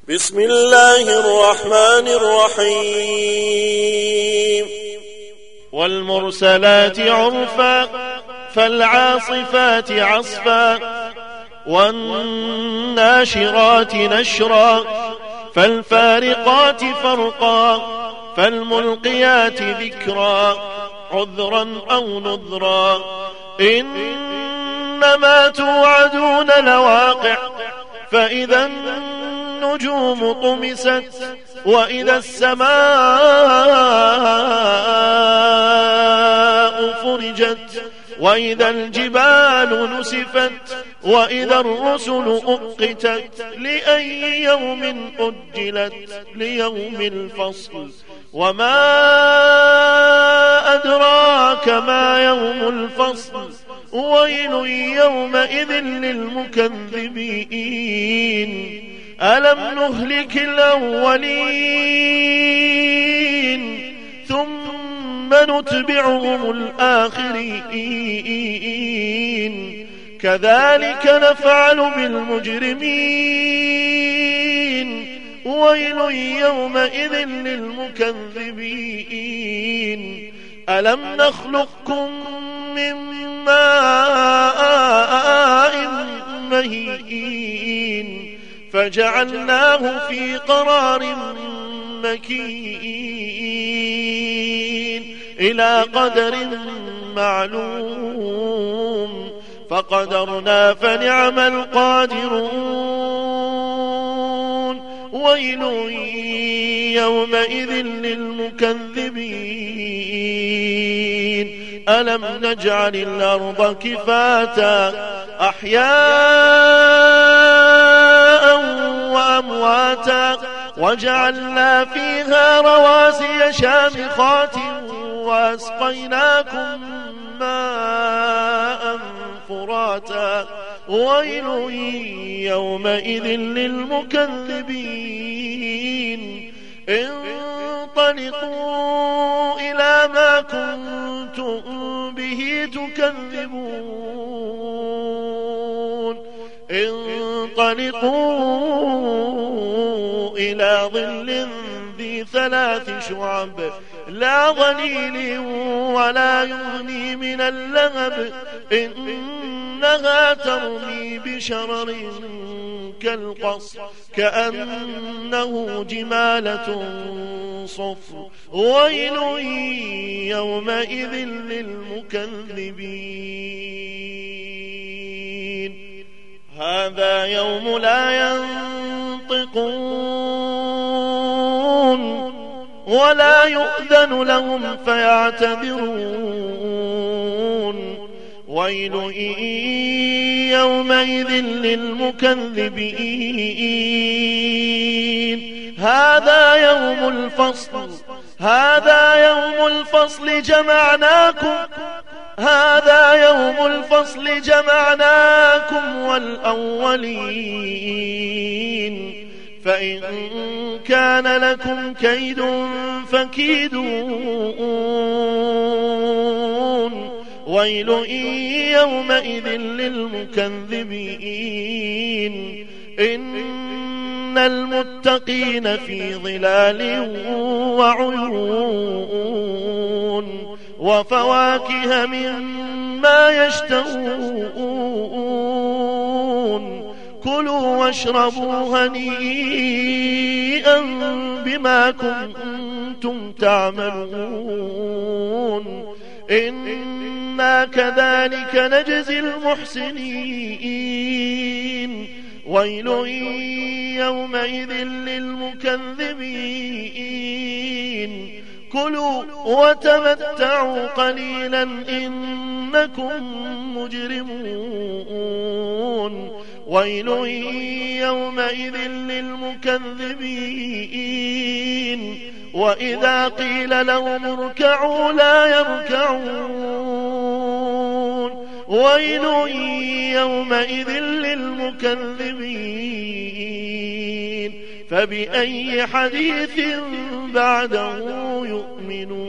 بسم الله الرحمن الرحيم والمرسلات عرفا فالعاصفات عصفا والناشرات نشرا فالفارقات فرقا فالملقيات ذكرا عذرا أو نذرا إنما توعدون لواقع فإذا النجوم طمست وإذا السماء فرجت وإذا الجبال نسفت وإذا الرسل أقتت لأي يوم أجلت ليوم الفصل وما أدراك ما يوم الفصل ويل يومئذ للمكذبين ألم نهلك الأولين ثم نتبعهم الآخرين كذلك نفعل بالمجرمين ويل يومئذ للمكذبين ألم نخلقكم من ماء مهين فجعلناه في قرار مكين إلى قدر معلوم فقدرنا فنعم القادرون ويل يومئذ للمكذبين ألم نجعل الأرض كفاتا أحياء وأمواتا وجعلنا فيها رواسي شامخات وأسقيناكم ماء فراتا ويل يومئذ للمكذبين انطلقوا إلى ما كنتم به تكذبون انطلقوا إلى ظل ذي 3 شعب لا ظليل ولا يغني من اللهب إنها ترمي بشرر كالقصر كأنه جمالة صفر ويل يومئذ للمكذبين هذا يوم لا ينطقون ولا يؤذن لهم فيعتذرون ويل يومئذ للمكذبين هذا يوم الفصل جمعناكم والأولين فإن كان لكم كيد فكيدون ويل يومئذ للمكذبين إن المتقين في ظلال وعيون وفواكه مما يشتهون كلوا واشربوا هنيئا بما كنتم تعملون إنا كذلك نجزي المحسنين ويل يومئذ للمكذبين كلوا وتمتعوا قليلا إنكم مجرمون ويل يومئذ للمكذبين وإذا قيل لهم اركعوا لا يركعون ويل يومئذ للمكذبين فبأي حديث بعده يؤمنون